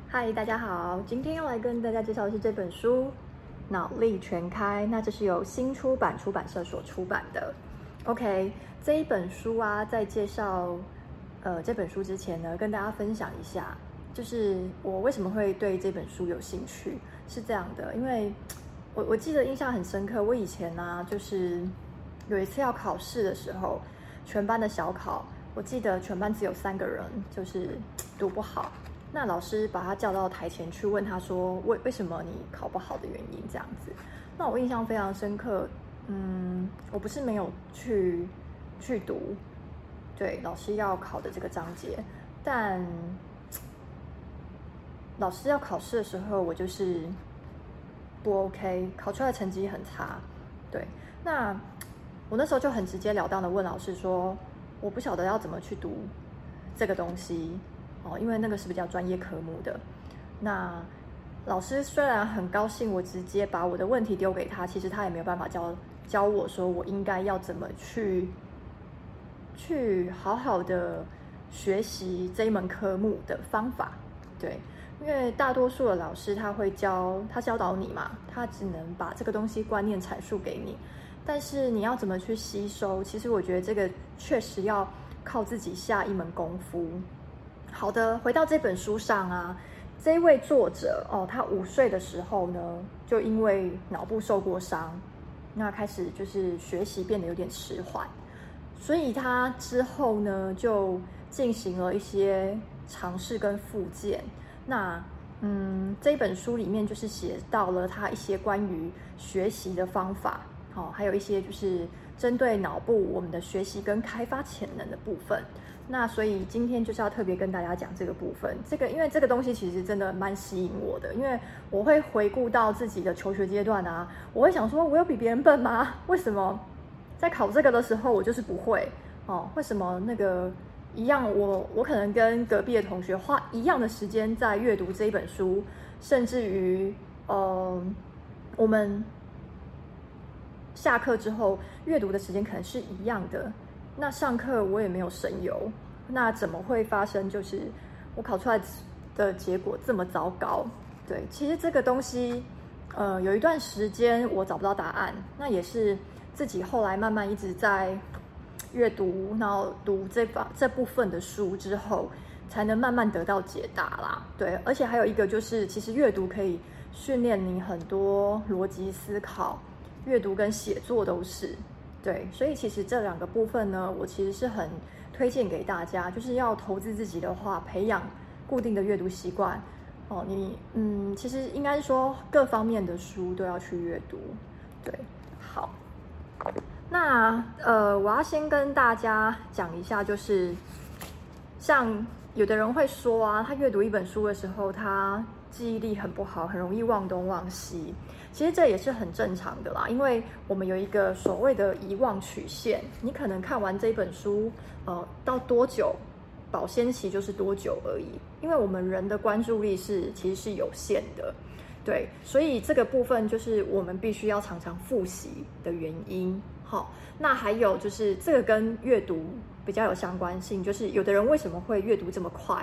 嗨，大家好，今天要来跟大家介绍的是这本书《脑力全开》，那这是由新出版出版社所出版的。OK， 这一本书啊，在介绍这本书之前呢，跟大家分享一下，就是我为什么会对这本书有兴趣。是这样的，因为我记得印象很深刻，我以前呢，就是有一次要考试的时候，全班的小考，我记得全班只有3个人，就是读不好。那老师把他叫到台前去，问他说为什么你考不好的原因这样子。那我印象非常深刻，我不是没有去读，对老师要考的这个章节，但老师要考试的时候，我就是不 OK， 考出来的成绩很差。对，那我那时候就很直截了当的问老师说，我不晓得要怎么去读这个东西。因为那个是比较专业科目的。那老师虽然很高兴我直接把我的问题丢给他，其实他也没有办法教我说我应该要怎么去好好的学习这一门科目的方法。对，因为大多数的老师他会教导你嘛，他只能把这个东西观念阐述给你，但是你要怎么去吸收，其实我觉得这个确实要靠自己下一门功夫。好的，回到这本书上啊，这一位作者他5岁的时候呢，就因为脑部受过伤，那开始就是学习变得有点迟缓，所以他之后呢就进行了一些尝试跟复健。那这一本书里面就是写到了他一些关于学习的方法，还有一些就是针对脑部我们的学习跟开发潜能的部分。那所以今天就是要特别跟大家讲这个部分，因为这个东西其实真的蛮吸引我的，因为我会回顾到自己的求学阶段啊，我会想说，我有比别人笨吗？为什么在考这个的时候我就是不会？为什么那个一样我可能跟隔壁的同学花一样的时间在阅读这一本书，甚至于我们下课之后阅读的时间可能是一样的。那上课我也没有神游，那怎么会发生就是我考出来的结果这么糟糕？对，其实这个东西有一段时间我找不到答案，那也是自己后来慢慢一直在阅读，然后读这部分的书之后，才能慢慢得到解答啦。对，而且还有一个就是，其实阅读可以训练你很多逻辑思考，阅读跟写作都是。对，所以其实这2个部分呢，我其实是很推荐给大家，就是要投资自己的话，培养固定的阅读习惯。其实应该是说各方面的书都要去阅读。对，好，那我要先跟大家讲一下，就是像有的人会说啊，他阅读一本书的时候，他记忆力很不好，很容易忘东忘西。其实这也是很正常的啦，因为我们有一个所谓的遗忘曲线，你可能看完这本书，到多久，保鲜期就是多久而已。因为我们人的关注力其实是有限的，对，所以这个部分就是我们必须要常常复习的原因。好，那还有就是这个跟阅读比较有相关性，就是有的人为什么会阅读这么快？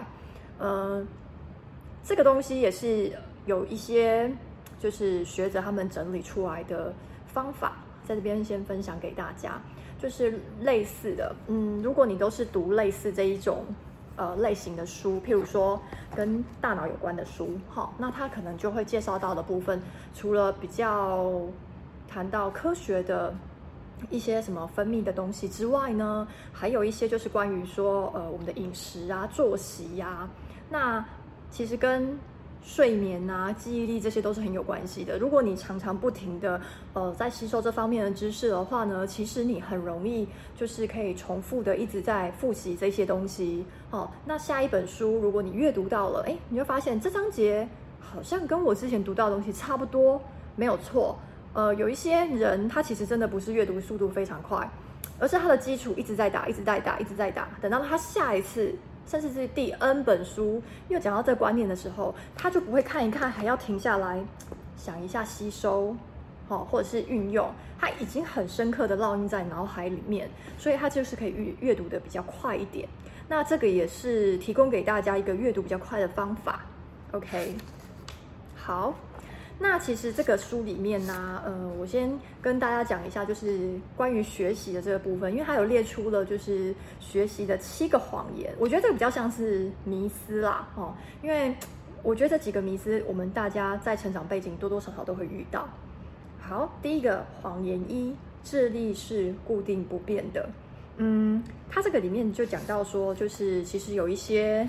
这个东西也是有一些就是学者他们整理出来的方法，在这边先分享给大家。就是类似的，如果你都是读类似这一种类型的书，譬如说跟大脑有关的书，那它可能就会介绍到的部分，除了比较谈到科学的一些什么分泌的东西之外呢，还有一些就是关于说我们的饮食啊、作息啊，那其实跟睡眠啊、记忆力这些都是很有关系的。如果你常常不停的在吸收这方面的知识的话呢，其实你很容易就是可以重复的一直在复习这些东西。那下一本书如果你阅读到了，你会发现这章节好像跟我之前读到的东西差不多，没有错。有一些人他其实真的不是阅读速度非常快，而是他的基础一直在打，等到他下一次甚至是第 N 本书又讲到这个观念的时候，他就不会看一看还要停下来想一下吸收，或者是运用，他已经很深刻的烙印在脑海里面，所以他就是可以阅读的比较快一点。那这个也是提供给大家一个阅读比较快的方法。 OK， 好。那其实这个书里面呢，我先跟大家讲一下，就是关于学习的这个部分，因为它有列出了就是学习的7个谎言，我觉得这个比较像是迷思啦，因为我觉得这几个迷思，我们大家在成长背景多多少少都会遇到。好，第一个谎言1，智力是固定不变的。它这个里面就讲到说，就是其实有一些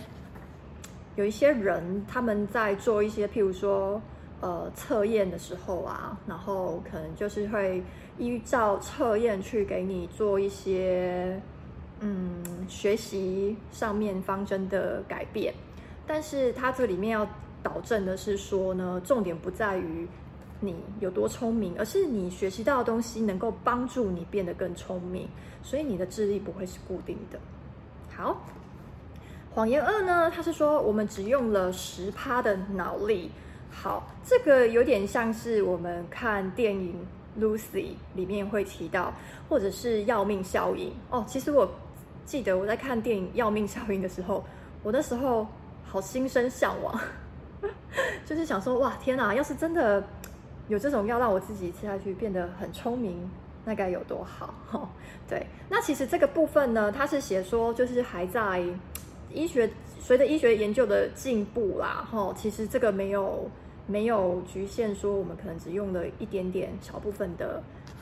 人他们在做一些，譬如说测验的时候啊，然后可能就是会依照测验去给你做一些学习上面方针的改变，但是它这里面要导正的是说呢，重点不在于你有多聪明，而是你学习到的东西能够帮助你变得更聪明，所以你的智力不会是固定的。好，谎言2呢，它是说我们只用了10%的脑力。好，这个有点像是我们看电影《Lucy》里面会提到，或者是要命效应哦。其实我记得我在看电影《要命效应》的时候，我那时候好心生向往，就是想说，哇，天哪！要是真的有这种药让我自己吃下去变得很聪明，那该有多好。对，那其实这个部分呢，它是写说，就是还在随着医学研究的进步啦，其实这个没有局限说我们可能只用了一点点小部分的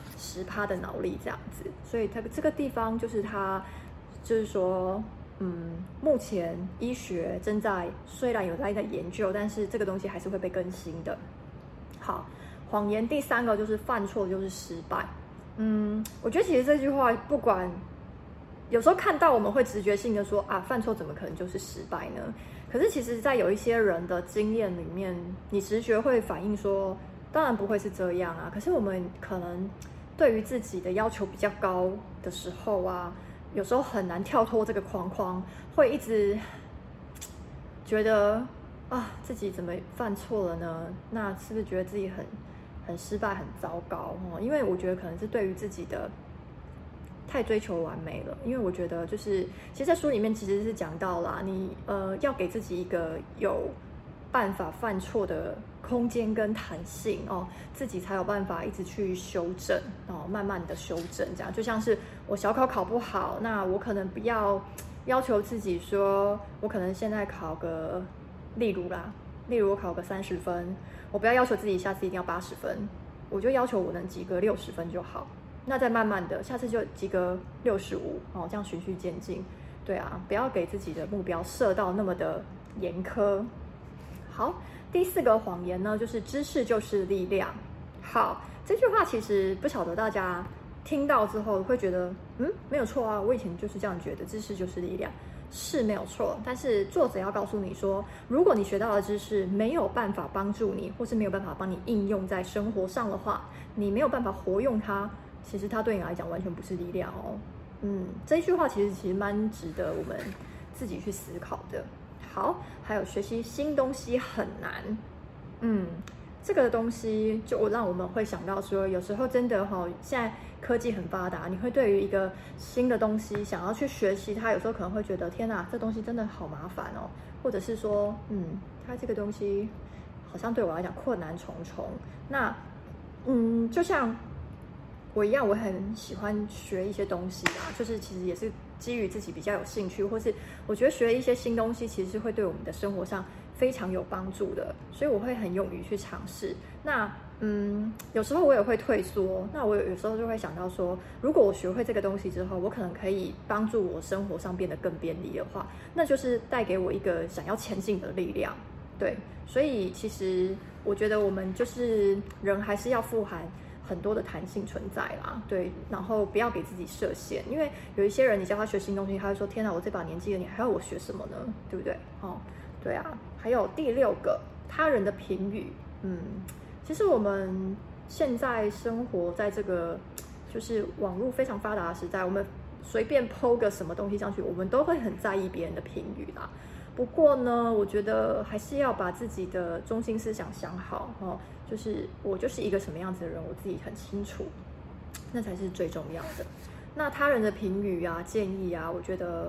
10%的脑力这样子，所以这个地方就是说，目前医学虽然有在研究，但是这个东西还是会被更新的。好，谎言第3个就是犯错就是失败。我觉得其实这句话不管。有时候看到我们会直觉性的说啊，犯错怎么可能就是失败呢？可是其实在有一些人的经验里面，你直觉会反映说，当然不会是这样啊。可是我们可能对于自己的要求比较高的时候啊，有时候很难跳脱这个框框，会一直觉得啊，自己怎么犯错了呢？那是不是觉得自己很失败、很糟糕？因为我觉得可能是对于自己的太追求完美了，因为我觉得就是，其实在书里面其实是讲到啦，你要给自己一个有办法犯错的空间跟弹性哦，自己才有办法一直去修正哦，慢慢的修正这样。就像是我小考考不好，那我可能不要要求自己说，我可能现在考个，例如我考个30分，我不要要求自己下次一定要80分，我就要求我能及格60分就好。那再慢慢的，下次就及格65哦，这样循序渐进。对啊，不要给自己的目标设到那么的严苛。好，第4个谎言呢，就是知识就是力量。好，这句话其实不晓得大家听到之后会觉得，没有错啊，我以前就是这样觉得，知识就是力量，是没有错。但是作者要告诉你说，如果你学到的知识没有办法帮助你，或是没有办法帮你应用在生活上的话，你没有办法活用它。其实它对你来讲完全不是力量哦。这一句话其实蛮值得我们自己去思考的。好，还有学习新东西很难。这个东西就让我们会想到说，有时候真的现在科技很发达，你会对于一个新的东西想要去学习它，有时候可能会觉得天哪，这东西真的好麻烦哦，或者是说，它这个东西好像对我来讲困难重重。那，就像我一样，我很喜欢学一些东西啊，就是其实也是基于自己比较有兴趣，或是我觉得学一些新东西，其实是会对我们的生活上非常有帮助的，所以我会很勇于去尝试。那有时候我也会退缩，那我有时候就会想到说，如果我学会这个东西之后，我可能可以帮助我生活上变得更便利的话，那就是带给我一个想要前进的力量。对，所以其实我觉得我们就是人还是要富含很多的弹性存在啦，对，然后不要给自己设限，因为有一些人你叫他学新东西，他会说天哪，我这把年纪了，你还要我学什么呢？对不对？对啊。还有第6个，他人的评语。其实我们现在生活在这个就是网络非常发达的时代，我们随便 po 个什么东西上去，我们都会很在意别人的评语啦。不过呢，我觉得还是要把自己的中心思想想好就是我就是一个什么样子的人，我自己很清楚，那才是最重要的。那他人的评语啊、建议啊，我觉得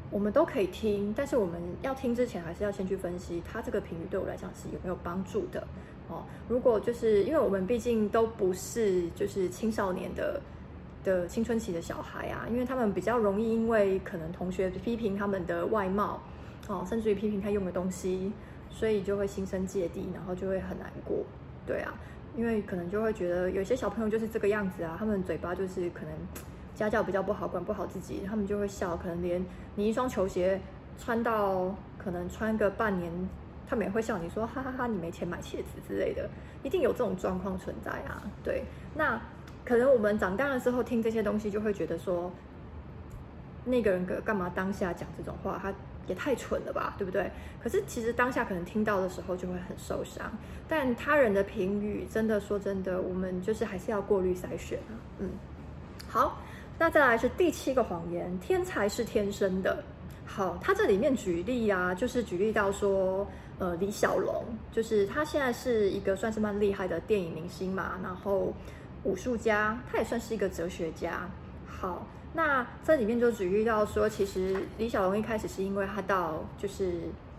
我们都可以听，但是我们要听之前，还是要先去分析它这个频率对我来讲是有没有帮助的哦。如果就是因为我们毕竟都不是就是青少年的青春期的小孩啊，因为他们比较容易因为可能同学批评他们的外貌哦，甚至于批评他用的东西，所以就会心生芥蒂，然后就会很难过。对啊，因为可能就会觉得有些小朋友就是这个样子啊，他们嘴巴就是可能家教比较不好，管不好自己，他们就会笑，可能连你一双球鞋穿到可能穿个半年，他们也会笑你说哈哈哈，你没钱买鞋子之类的，一定有这种状况存在啊。对，那可能我们长大了之后听这些东西，就会觉得说，那个人干嘛当下讲这种话，他也太蠢了吧，对不对？可是其实当下可能听到的时候就会很受伤，但他人的评语，真的说真的，我们就是还是要过滤筛选啊。好，那再来是第7个谎言，天才是天生的。好，他这里面举例啊，就是举例到说，李小龙，就是他现在是一个算是蛮厉害的电影明星嘛，然后武术家，他也算是一个哲学家。好，那这里面就举例到说，其实李小龙一开始是因为他到就是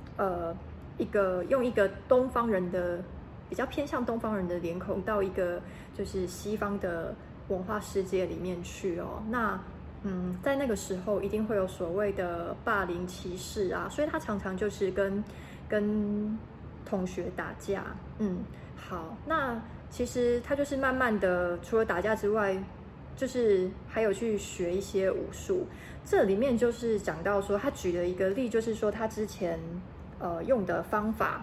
用一个东方人的比较偏向东方人的脸孔到一个就是西方的文化世界里面去哦。那在那个时候一定会有所谓的霸凌歧视啊，所以他常常就是跟同学打架。好，那其实他就是慢慢的除了打架之外，就是还有去学一些武术。这里面就是讲到说，他举了一个例，就是说他之前用的方法，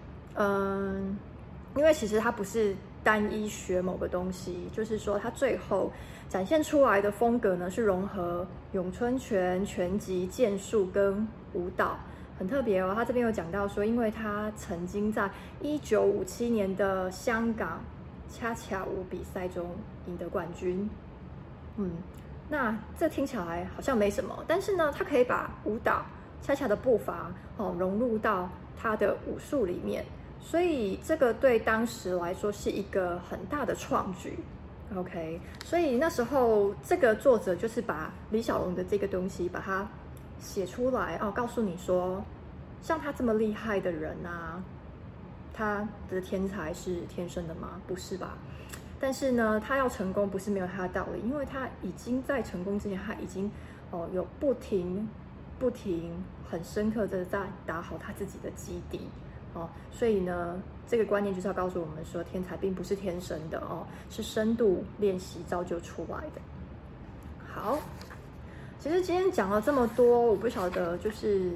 因为其实他不是单一学某个东西，就是说他最后展现出来的风格呢是融合咏春拳、拳击、剑术跟舞蹈，很特别哦。他这边有讲到说，因为他曾经在1957年的香港恰恰舞比赛中赢得冠军。那这听起来好像没什么，但是呢，他可以把舞蹈恰恰的步伐融入到他的武术里面，所以这个对当时来说是一个很大的创举。OK， 所以那时候这个作者就是把李小龙的这个东西把它写出来告诉你说，像他这么厉害的人啊，他的天才是天生的吗？不是吧？但是呢，他要成功不是没有他的道理，因为他已经在成功之前，他已经有不停很深刻的在打好他自己的基底所以呢，这个观念就是要告诉我们说，天才并不是天生的是深度练习造就出来的。好，其实今天讲了这么多，我不晓得就是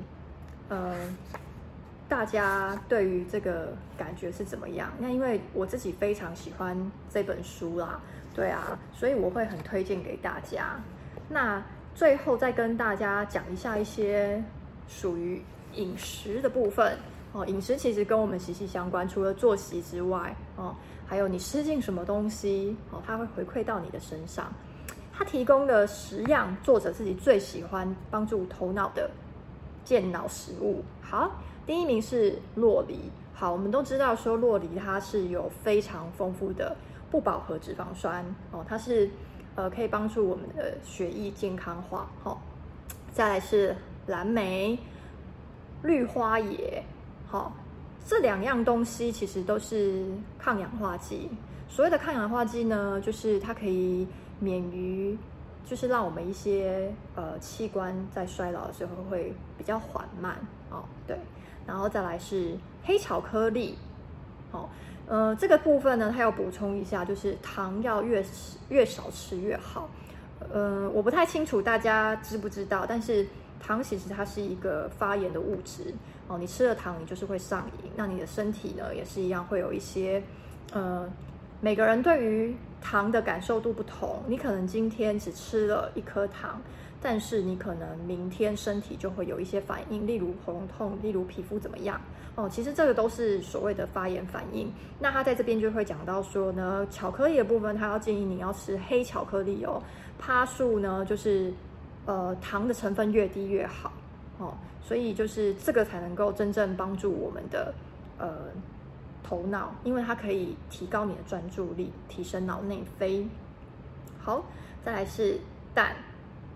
大家对于这个感觉是怎么样？那因为我自己非常喜欢这本书啦，对啊，所以我会很推荐给大家。那最后再跟大家讲一下一些属于饮食的部分饮食其实跟我们息息相关，除了作息之外还有你吃进什么东西它会回馈到你的身上。它提供的10样作者自己最喜欢帮助头脑的健脑食物。好，第1名是酪梨。好，我们都知道说酪梨它是有非常丰富的不饱和脂肪酸它是可以帮助我们的血液健康化再来是蓝莓、绿花椰。好，这2样东西其实都是抗氧化剂。所谓的抗氧化剂呢，就是它可以免于，就是让我们一些器官在衰老的时候会比较缓慢对。然后再来是黑巧克力。这个部分呢，它要补充一下，就是糖要越少吃越好。我不太清楚大家知不知道，但是糖其实它是一个发炎的物质你吃了糖，你就是会上瘾。那你的身体呢，也是一样会有一些每个人对于糖的感受度不同。你可能今天只吃了1颗糖，但是你可能明天身体就会有一些反应，例如喉咙痛，例如皮肤怎么样其实这个都是所谓的发炎反应。那他在这边就会讲到说呢，巧克力的部分，他要建议你要吃黑巧克力趴数呢就是糖的成分越低越好所以就是这个才能够真正帮助我们的头脑，因为它可以提高你的专注力，提升脑内啡。好，再来是蛋。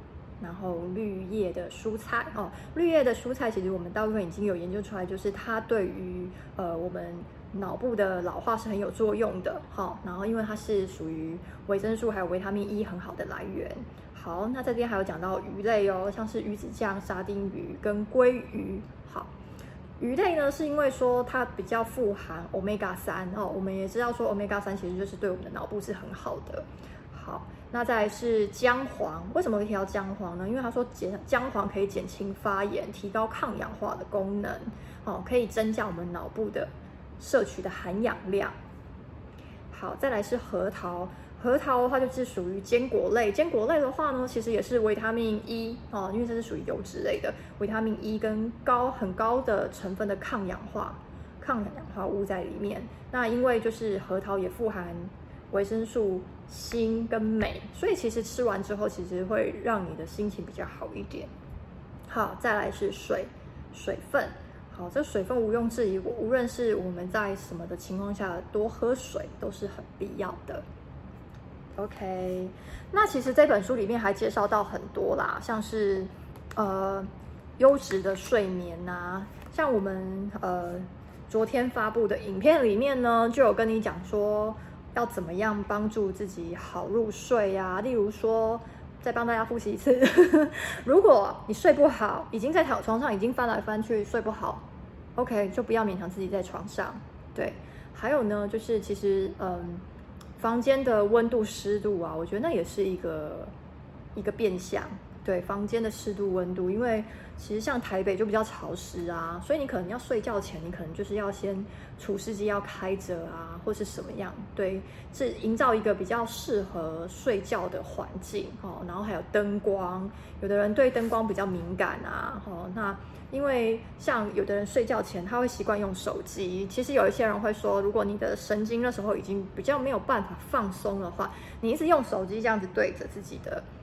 然后绿叶的蔬菜哦。绿叶的蔬菜其实我们大部分已经有研究出来，就是它对于我们脑部的老化是很有作用的。好，然后因为它是属于维生素还有维他命 E 很好的来源。好，那这边还有讲到鱼类哦，像是鱼子酱、沙丁鱼跟鲑鱼。好，鱼类呢是因为说它比较富含 Omega 3哦，我们也知道说 Omega 3其实就是对我们的脑部是很好的。好，那再来是姜黄，为什么会提到姜黄呢？因为他说姜黄可以减轻发炎，提高抗氧化的功能，哦，可以增加我们脑部的摄取的含氧量。好，再来是核桃。核桃的话就是属于坚果类，坚果类的话呢，其实也是维他命 E 哦，因为这是属于油脂类的，维他命 E 跟很高的成分的抗氧化物在里面。那因为就是核桃也富含维生素锌跟镁，所以其实吃完之后，其实会让你的心情比较好一点。好，再来是水分。好，这水分毋庸置疑，无论是我们在什么的情况下多喝水都是很必要的。OK， 那其实这本书里面还介绍到很多啦，像是优质的睡眠啊，像我们昨天发布的影片里面呢，就有跟你讲说要怎么样帮助自己好入睡啊。例如说，再帮大家复习一次，如果你睡不好，已经在床上已经翻来翻去睡不好 ，OK， 就不要勉强自己在床上。对，还有呢，就是其实房间的温度湿度啊，我觉得那也是一个变相。对，房间的湿度温度，因为其实像台北就比较潮湿啊，所以你可能要睡觉前，你可能就是要先除湿机要开着啊，或是什么样，对，是营造一个比较适合睡觉的环境哦。然后还有灯光，有的人对灯光比较敏感啊，哦，那因为像有的人睡觉前他会习惯用手机，其实有一些人会说，如果你的神经那时候已经比较没有办法放松的话，你一直用手机这样子对着自己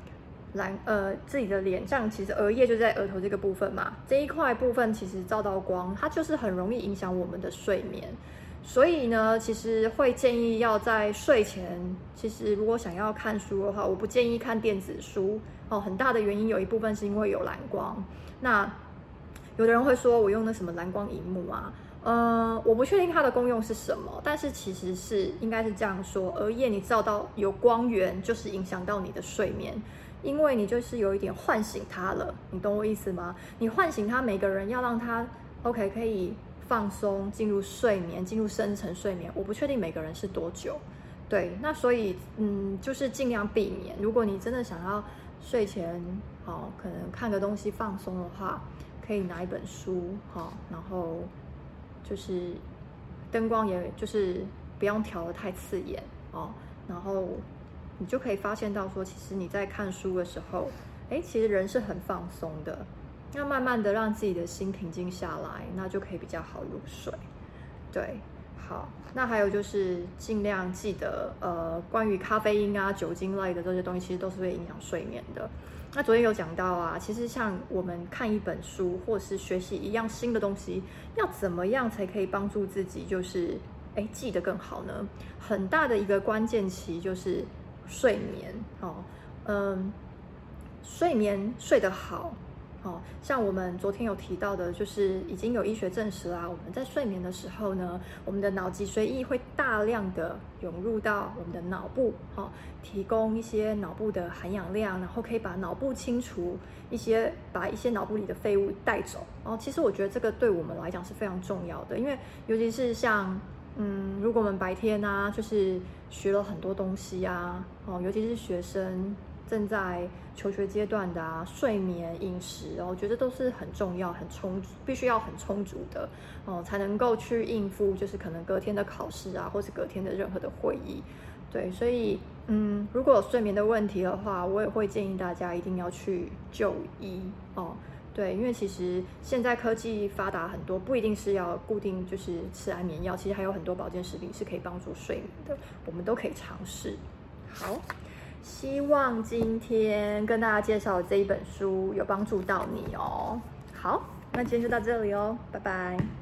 的脸上，其实额叶就在额头这个部分嘛，这一块部分其实照到光，它就是很容易影响我们的睡眠。所以呢，其实会建议要在睡前，其实如果想要看书的话，我不建议看电子书哦。很大的原因有一部分是因为有蓝光。那有的人会说我用那什么蓝光萤幕啊，我不确定它的功用是什么，但是其实是应该是这样说，额叶你照到有光源，就是影响到你的睡眠。因为你就是有一点唤醒它了，你懂我意思吗？你唤醒它，每个人要让它 OK 可以放松，进入睡眠，进入深层睡眠。我不确定每个人是多久，对，那所以就是尽量避免。如果你真的想要睡前可能看个东西放松的话，可以拿一本书然后就是灯光也就是不用调得太刺眼然后你就可以发现到说，其实你在看书的时候，其实人是很放松的。那慢慢的让自己的心平静下来，那就可以比较好入睡。对，好，那还有就是尽量记得，关于咖啡因啊、酒精类的这些东西，其实都是会影响睡眠的。那昨天有讲到啊，其实像我们看一本书，或是学习一样新的东西，要怎么样才可以帮助自己，就是记得更好呢？很大的一个关键期就是睡眠睡眠睡得好像我们昨天有提到的，就是已经有医学证实啦，我们在睡眠的时候呢，我们的脑脊髓液会大量的涌入到我们的脑部提供一些脑部的含氧量，然后可以把脑部清除把一些脑部里的废物带走其实我觉得这个对我们来讲是非常重要的，因为尤其是像如果我们白天啊，就是学了很多东西啊，尤其是学生正在求学阶段的睡眠、饮食我觉得都是很重要、必须要很充足的才能够去应付，就是可能隔天的考试啊，或是隔天的任何的会议。对，所以如果有睡眠的问题的话，我也会建议大家一定要去就医对，因为其实现在科技发达很多，不一定是要固定就是吃安眠药，其实还有很多保健食品是可以帮助睡眠的，我们都可以尝试。好，希望今天跟大家介绍的这一本书有帮助到你好，那今天就到这里拜拜。